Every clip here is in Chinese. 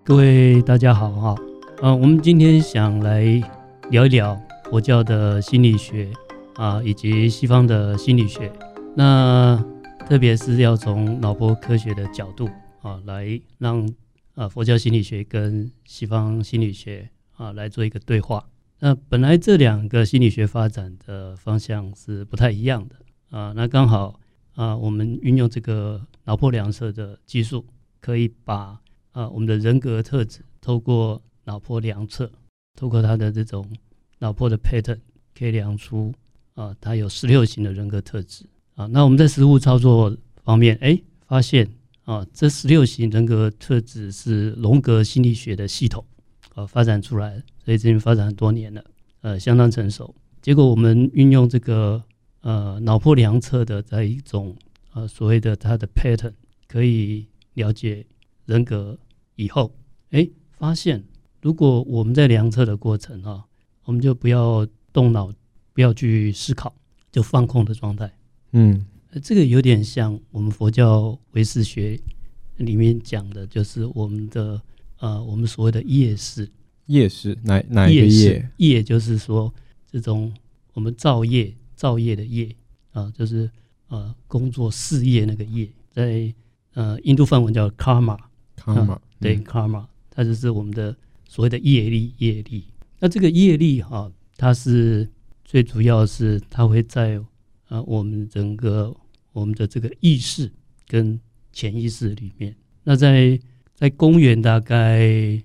各位大家好哈，我们今天想来聊一聊佛教的心理学以及西方的心理学。那特别是要从脑波科学的角度来让佛教心理学跟西方心理学来做一个对话。那本来这两个心理学发展的方向是不太一样的那刚好我们运用这个脑波量测的技术，可以把我们的人格特质透过脑波量测，透过它的这种脑波的 pattern 可以量出它有16型的人格特质那我们在实务操作方面发现这16型人格特质是荣格心理学的系统发展出来的，所以这边发展很多年了相当成熟。结果我们运用这个脑波量测的在一种所谓的它的 pattern 可以了解人格以后发现如果我们在量测的过程我们就不要动脑，不要去思考，就放空的状态这个有点像我们佛教唯识学里面讲的，就是我们的我们所谓的业识。 业识哪一个业？ 业就是说这种我们造业的业就是工作事业那个业，在印度梵文叫 karma 对 karma， 它就是我们的所谓的业力。那这个业力它是最主要是它会在我们整个我们的这个意识跟潜意识里面。那在公元大概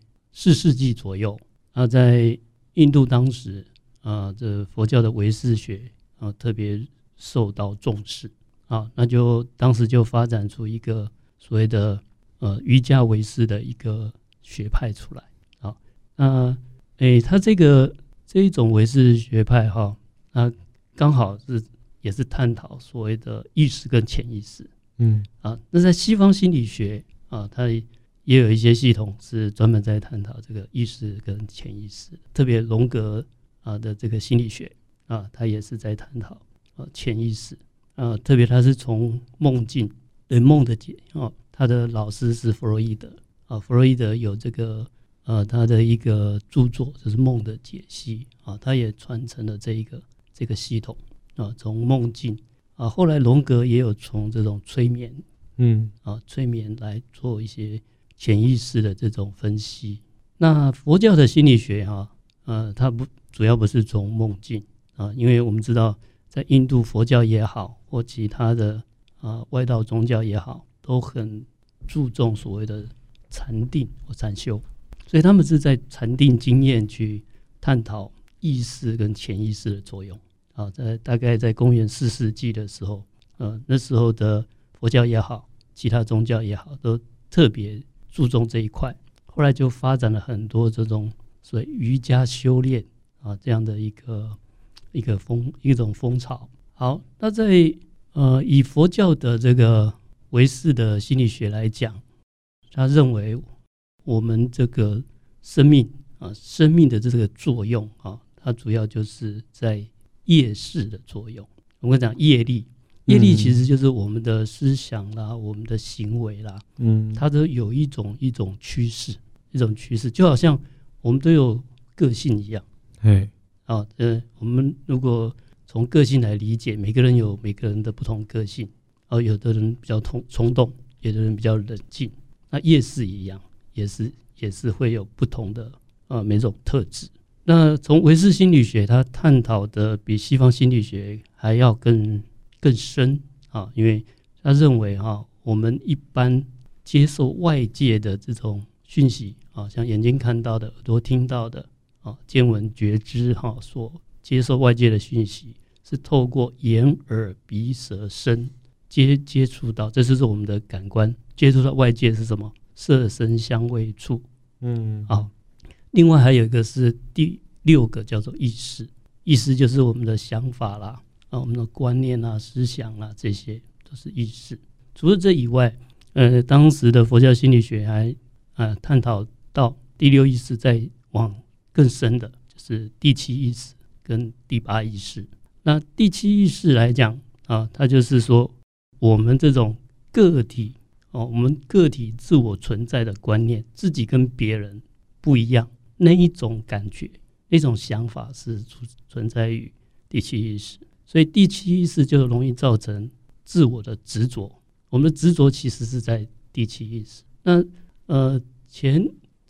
4世纪左右在印度当时这佛教的唯识学特别受到重视那就当时就发展出一个所谓的瑜伽唯识的一个学派出来它这一种唯识学派刚好也是探讨所谓的意识跟潜意识那在西方心理学它也有一些系统是专门在探讨这个意识跟潜意识，特别荣格的这个心理学它也是在探讨潜意识特别它是从梦境对梦的解他的老师是弗洛伊德弗洛伊德有这个他的一个著作就是梦的解析他也传承了这个系统从梦境后来荣格也有从这种催眠催眠来做一些潜意识的这种分析。那佛教的心理学它主要不是从梦境因为我们知道在印度佛教也好或其他的外道宗教也好，都很注重所谓的禅定或禅修，所以他们是在禅定经验去探讨意识跟潜意识的作用大概在公元4世纪的时候那时候的佛教也好其他宗教也好都特别注重这一块，后来就发展了很多这种所谓瑜伽修炼这样的一种风潮。好，那在以佛教的这个唯识的心理学来讲，他认为我们这个生命的这个作用它主要就是在业识的作用。我们讲业力其实就是我们的思想啦，我们的行为啦它都有一种趋势，就好像我们都有个性一样我们如果从个性来理解，每个人有每个人的不同个性有的人比较冲动，有的人比较冷静，那业识一样也是会有不同的每种特质。那从唯识心理学它探讨的比西方心理学还要更深因为他认为我们一般接受外界的这种讯息像眼睛看到的，耳朵听到的见闻觉知所接受外界的讯息是透过眼耳鼻舌身接触到，这就是我们的感官接触到外界是什么？色声香味触另外还有一个是第6个叫做意识就是我们的想法啦我们的观念啦思想啦，这些都是意识。除了这以外当时的佛教心理学还探讨到第6意识再往更深的，就是第7意识跟第8意识。那第7意识来讲它就是说我们这种个体我们个体自我存在的观念，自己跟别人不一样，那一种感觉，那种想法是存在于第七意识，所以第七意识就容易造成自我的执着。我们的执着其实是在第七意识。那前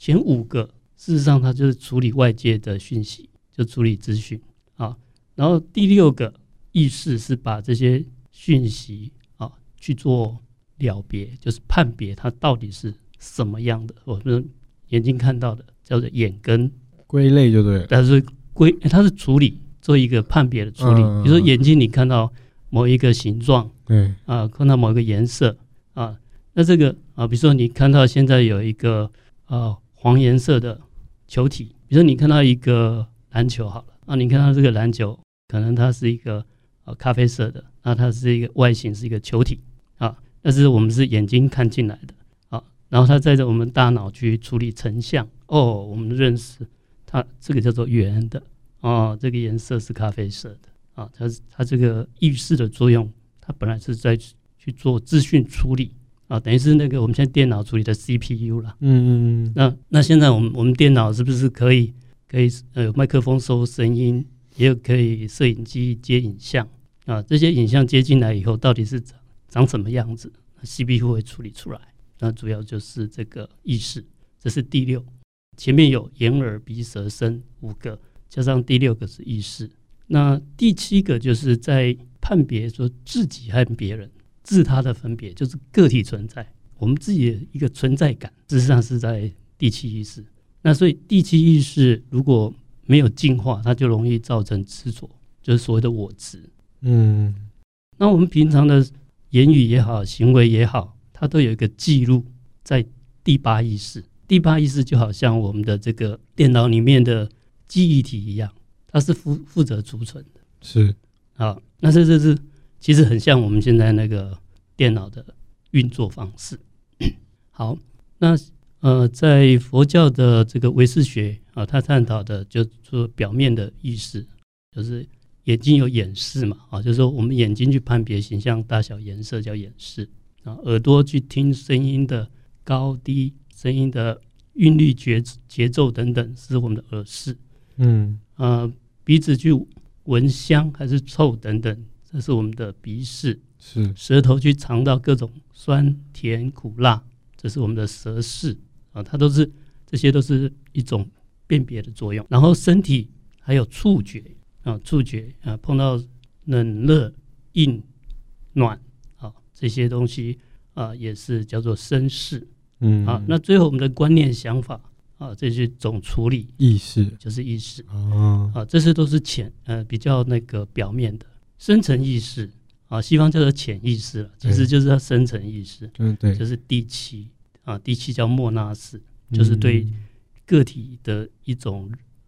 5个事实上它就是处理外界的讯息，就处理资讯啊。然后第6个意识是把这些讯息啊去做了别，就是判别它到底是什么样的。我们眼睛看到的叫做眼根， 归类就对了。 但是它是处理，做一个判别的处理。比如说眼睛你看到某一个形状， 对看到某一个颜色啊，那这个比如说你看到现在有一个黄颜色的球体，比如说你看到一个篮球好了，你看到这个篮球可能它是一个咖啡色的，那它是一个外形是一个球体啊，但是我们是眼睛看进来的啊，然后它在我们大脑去处理成像，我们认识它，这个叫做圆的这个颜色是咖啡色的啊，它这个意识的作用，它本来是在去做资讯处理啊，等于是那个我们现在电脑处理的 CPU 啦。那现在我们电脑是不是可以有麦克风收声音，也有可以摄影机接影像啊？这些影像接进来以后，到底是长什么样子 ？CPU 会处理出来。那主要就是这个意识，这是第6。前面有眼耳鼻舌身5个，加上第6个是意识。那第7个就是在判别说自己和别人自他的分别，就是个体存在，我们自己的一个存在感，事实上是在第7意识。那所以第7意识如果没有进化，它就容易造成执着，就是所谓的我执。那我们平常的言语也好，行为也好，它都有一个记录在第8意识。第8意识就好像我们的这个电脑里面的记忆体一样，它是负责储存的。 是那这是其实很像我们现在那个电脑的运作方式。好，那在佛教的这个唯识学它探讨的就是说表面的意识，就是眼睛有眼识嘛就是说我们眼睛去判别形象大小颜色叫眼识耳朵去听声音的高低，声音的韵律节奏等等是我们的耳识。鼻子去闻香还是臭等等，这是我们的鼻识。 是舌头去尝到各种酸甜苦辣，这是我们的舌识这些都是一种辨别的作用。然后身体还有触觉触觉碰到冷热硬暖这些东西也是叫做身识。那最后我们的观念想法这是种处理意识， 就是意识这些都是比较那个表面的。深层意识西方叫做潜意识了，其实就是它深层意识， 对， 就是第7第7叫莫那识，就是对个体的一种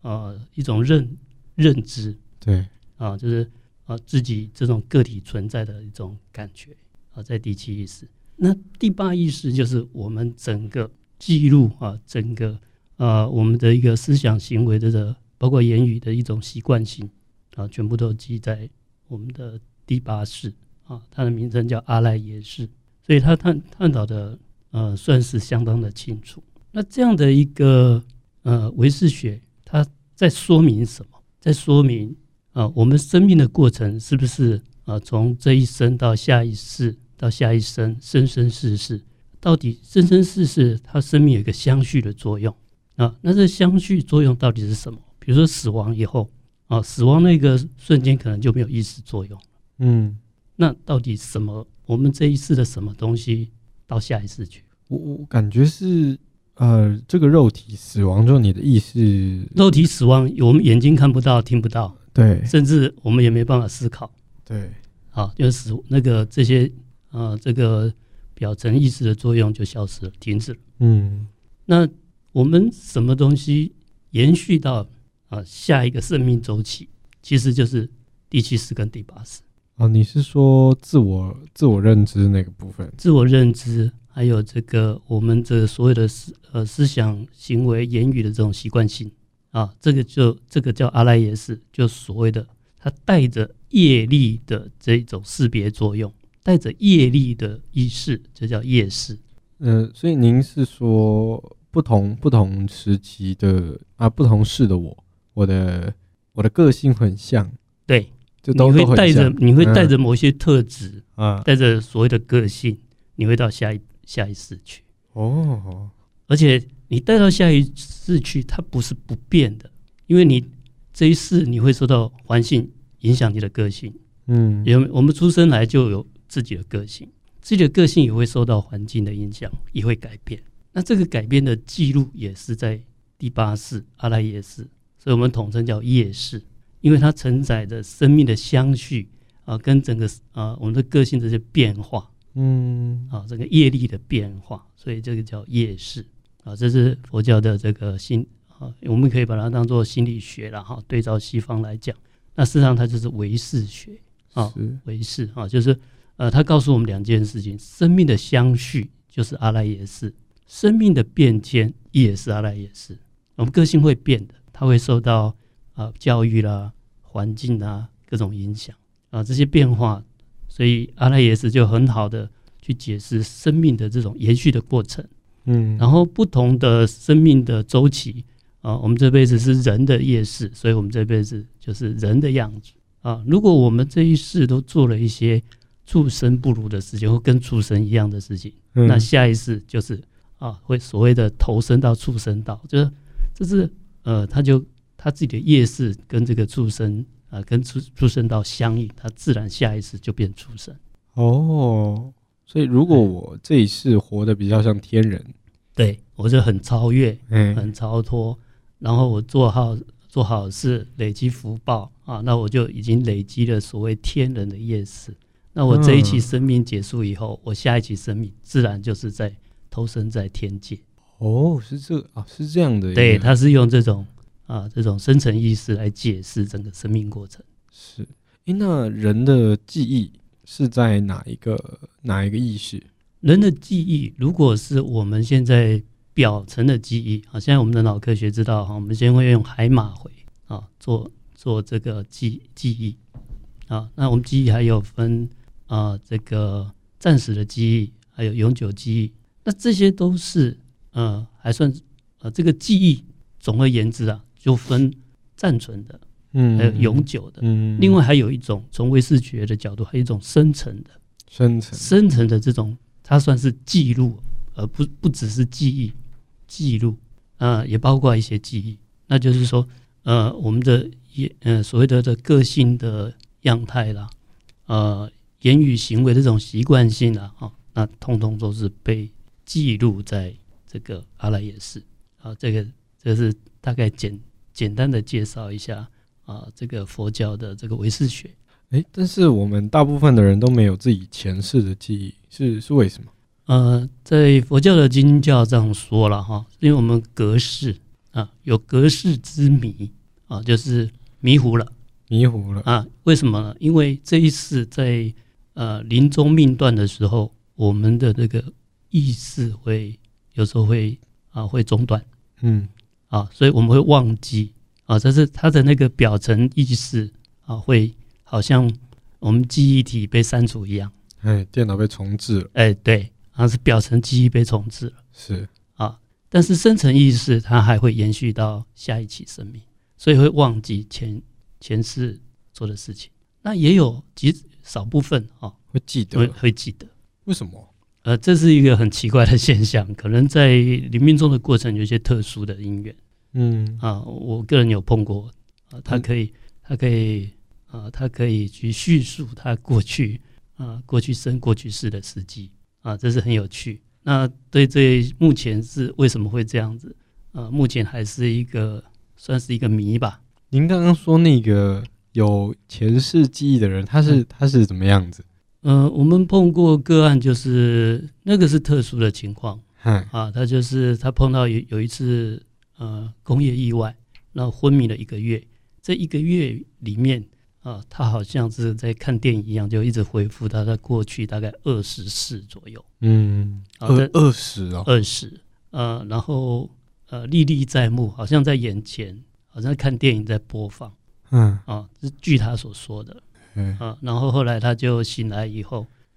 认知， 对就是自己这种个体存在的一种感觉在第7意识。那第8意识就是我们整个记录整个我们的一个思想行为的包括言语的一种习惯性全部都记在我们的第8识它的名称叫阿赖耶识，所以它探讨的算是相当的清楚。那这样的一个唯识学，它在说明什么？在说明我们生命的过程是不是从这一生到下一世到下一生，生生世世，到底生生世世它生命有一个相续的作用那这相续作用到底是什么？比如说死亡以后死亡那个瞬间可能就没有意识作用那到底什么？我们这一世的什么东西到下一世去？ 我感觉是这个肉体死亡之后，你的意识， 肉体死亡，我们眼睛看不到、听不到， 对， 甚至我们也没办法思考， 对， 就是那个这些这个表层意识的作用就消失了，停止了。那我们什么东西延续到下一个生命周期，其实就是第7识跟第8识。 你是说自我认知那个部分？ 自我认知，还有这个我们这所有的思想、行为、言语的这种习惯性这个叫阿赖耶识，就所谓的它带着业力的这种识别作用带着业力的意识，就叫业识。 所以您是说不同时期的不同世的我的个性很像， 对， 就都很像。 你会带着某些特质，带着所谓的个性，你会到下一世去。 哦，而且你带到下一世去，它不是不变的，因为你这一世你会受到环境影响你的个性。我们出生来就有自己的个性，自己的个性也会受到环境的影响，也会改变。那这个改变的记录也是在第8世阿赖耶识，所以我们统称叫业识，因为它承载着生命的相续跟整个我们的个性这些变化，这个业力的变化，所以这个叫业识这是佛教的这个我们可以把它当作心理学啦对照西方来讲，那事实上它就是唯识学唯识就是它告诉我们2件事情：生命的相续就是阿赖耶识，生命的变迁也是阿赖耶识。我们个性会变的，它会受到教育啦、环境啦各种影响这些变化，所以阿赖耶识就很好的去解释生命的这种延续的过程。然后不同的生命的周期我们这辈子是人的业识，所以我们这辈子就是人的样子如果我们这一世都做了一些畜生不如的事情，或跟畜生一样的事情，那下一世就是会所谓的投生到畜生道，就是他自己的业识跟这个畜生跟畜生道相应，他自然下一世就变畜生。 所以如果我这一世活得比较像天人， 对，我就很超越，很超脱，然后我做好事，累积福报那我就已经累积了所谓天人的业识。那我这一期生命结束以后，我下一期生命自然就是在投生在天界。 是这样的。 对，他是用这种深层意识来解释整个生命过程。 是，那人的记忆是在哪一个意识？ 人的记忆，如果是我们现在表层的记忆现在我们的脑科学知道我们先会用海马回做这个记忆那我们记忆还有分这个暂时的记忆，还有永久记忆。那这些都是还算这个记忆，总而言之就分暂存的，还有永久的。另外还有一种从唯识学的角度，还有一种深层的这种，它算是记录，而不只是记录也包括一些记忆。那就是说我们的所谓的个性的样态啦，言语行为的这种习惯性那通通都是被记录在这个阿赖耶识这是大概简单的介绍一下这个佛教的这个唯识学。 但是我们大部分的人都没有自己前世的记忆，是为什么？ 在佛教的经教这样说了因为我们隔世有隔世之迷就是迷糊了为什么呢？因为这一世在临终命断的时候，我们的这个意识有时候会中断所以我们会忘记这是它的那个表层意识会好像我们记忆体被删除一样， 电脑被重置了， 对，是表层记忆被重置了， 是但是深层意识它还会延续到下一期生命，所以会忘记前世做的事情。那也有少部分会记得， 会记得。 为什么？ 这是一个很奇怪的现象，可能在临命终的过程有一些特殊的因缘。我个人有碰过，他可以去叙述他过去生过去世的事迹这是很有趣。那对这目前是为什么会这样子目前还是算是一个谜吧。 您刚刚说那个有前世记忆的人，他是怎么样子？ 我们碰过个案，就是那个是特殊的情况他就是他碰到有一次工业意外，然后昏迷了1个月。这1个月里面他好像是在看电影一样，就一直回复他的过去大概20世左右。20然后历历在目，好像在眼前，好像看电影在播放。这是据他所说的。然后后来他就醒来以后，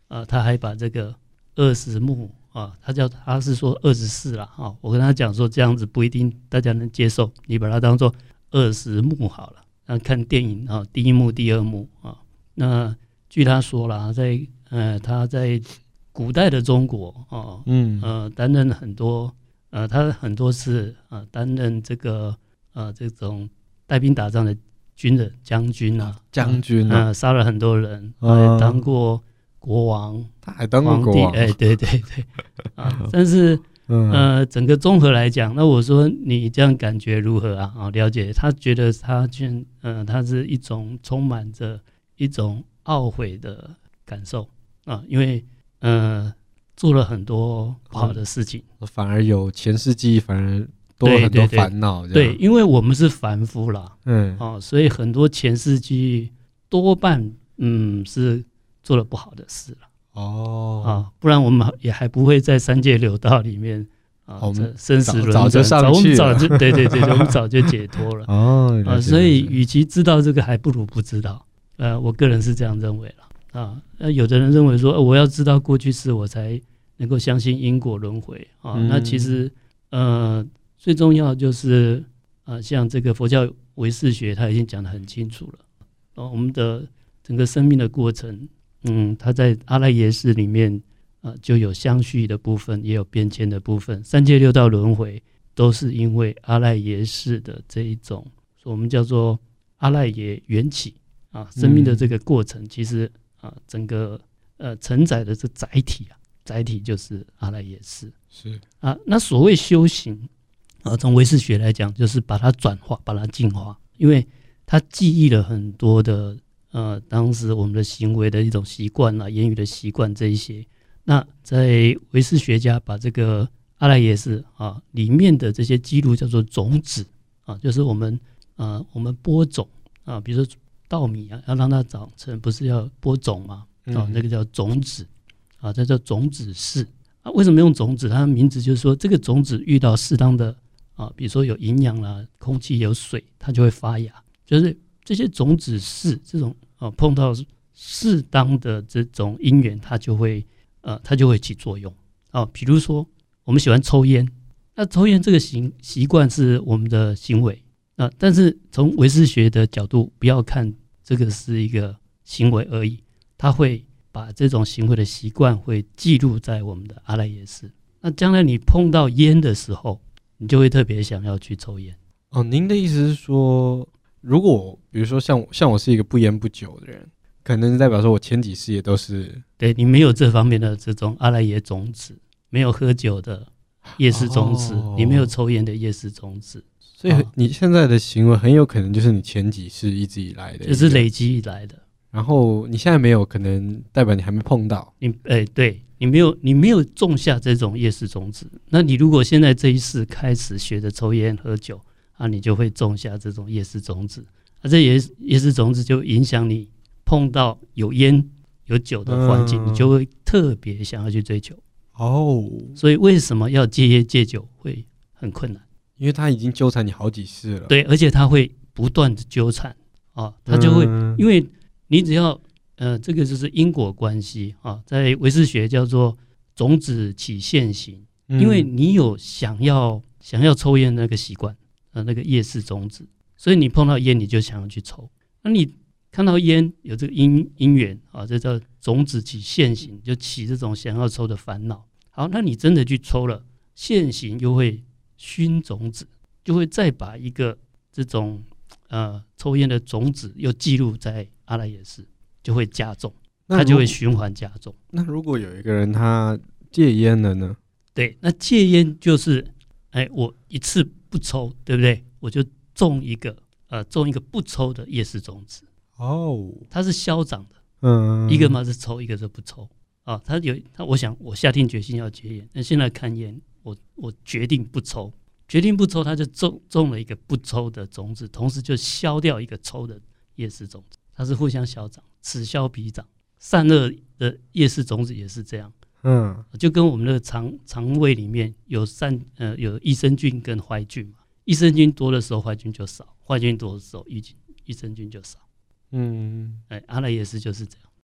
他还把这个20目他是说24啦我跟他讲说这样子不一定大家能接受，你把它当做20目好了。那看电影第一幕、第二幕那据他说啦，他在古代的中国担任很多他很多次担任这种带兵打仗的军人将军杀了很多人，还当过国王， 他还当过国王， 对但是整个综合来讲，那我说你这样感觉如何啊？了解，他觉得他是一种充满着一种懊悔的感受因为做了很多不好的事情， 反而有前世记忆，反而多了很多烦恼。 对，因为我们是凡夫啦，所以很多前世记忆多半是做了不好的事了。不然我们也还不会在三界六道里面我们生死轮早就上去了， 我们早就对，我们早就解脱了。所以与其知道这个，还不如不知道。我个人是这样认为了有的人认为说，我要知道过去式，我才能够相信因果轮回那其实最重要就是像这个佛教唯识学，他已经讲得很清楚了。我们的整个生命的过程，它在阿赖耶识里面就有相续的部分，也有变迁的部分。三界六道轮回都是因为阿赖耶识的这一种，我们叫做阿赖耶缘起生命的这个过程，其实整个承载的这载体就是阿赖耶识。 是那所谓修行从唯识学来讲，就是把它转化，把它净化，因为它记忆了很多的当时我们的行为的一种习惯言语的习惯这一些。那在唯识学家把这个阿赖耶识里面的这些记录叫做种子就是我们播种比如说稻米要让它长成，不是要播种吗？那个叫种子这叫种子式为什么用种子？它的名字就是说，这个种子遇到适当的比如说有营养啦、空气有水，它就会发芽。就是这些种子式这种碰到适当的这种因缘，它就会起作用比如说我们喜欢抽烟，那抽烟这个习惯是我们的行为但是从唯识学的角度，不要看这个是一个行为而已，它会把这种行为的习惯会记录在我们的阿赖耶识。那将来你碰到烟的时候，你就会特别想要去抽烟您的意思是说，如果比如说像我是一个不烟不酒的人，可能代表说我前几世也都是对你没有这方面的这种阿赖耶种子，没有喝酒的业识种子你没有抽烟的业识种子， 所以你现在的行为很有可能就是你前几世一直以来的， 就是累积以来的。 然后你现在没有，可能代表你还没碰到。 对，你没有种下这种业识种子。那你如果现在这一世开始学着抽烟喝酒你就会种下这种业识种子这业识种子就影响你碰到有烟有酒的环境，你就会特别想要去追求所以为什么要戒烟戒酒会很困难？ 因为它已经纠缠你好几世了。 对，而且它会不断的纠缠它就会因为你只要这个就是因果关系在唯识学叫做种子起现行因为你有想要抽烟那个习惯那个业识种子，所以你碰到烟你就想要去抽。那你看到烟有这个因缘这叫种子起现行，就起这种想要抽的烦恼。好，那你真的去抽了，现行又会熏种子，就会再把一个这种抽烟的种子又记录在阿赖耶识，就会加重，它就会循环加重。 那如果有一个人他戒烟了呢？ 对，那戒烟就是我一次不抽，对不对？我就种一个不抽的业识种子它是消长的一个嘛是抽，一个是不抽我想我下定决心要戒烟，那现在看烟我决定不抽，它就种了一个不抽的种子，同时就消掉一个抽的业识种子，它是互相消长，此消彼长。善恶的业识种子也是这样就跟我们的肠胃里面有益生菌跟坏菌嘛，益生菌多的时候坏菌就少，坏菌多的时候益生菌就少阿赖耶识就是这样。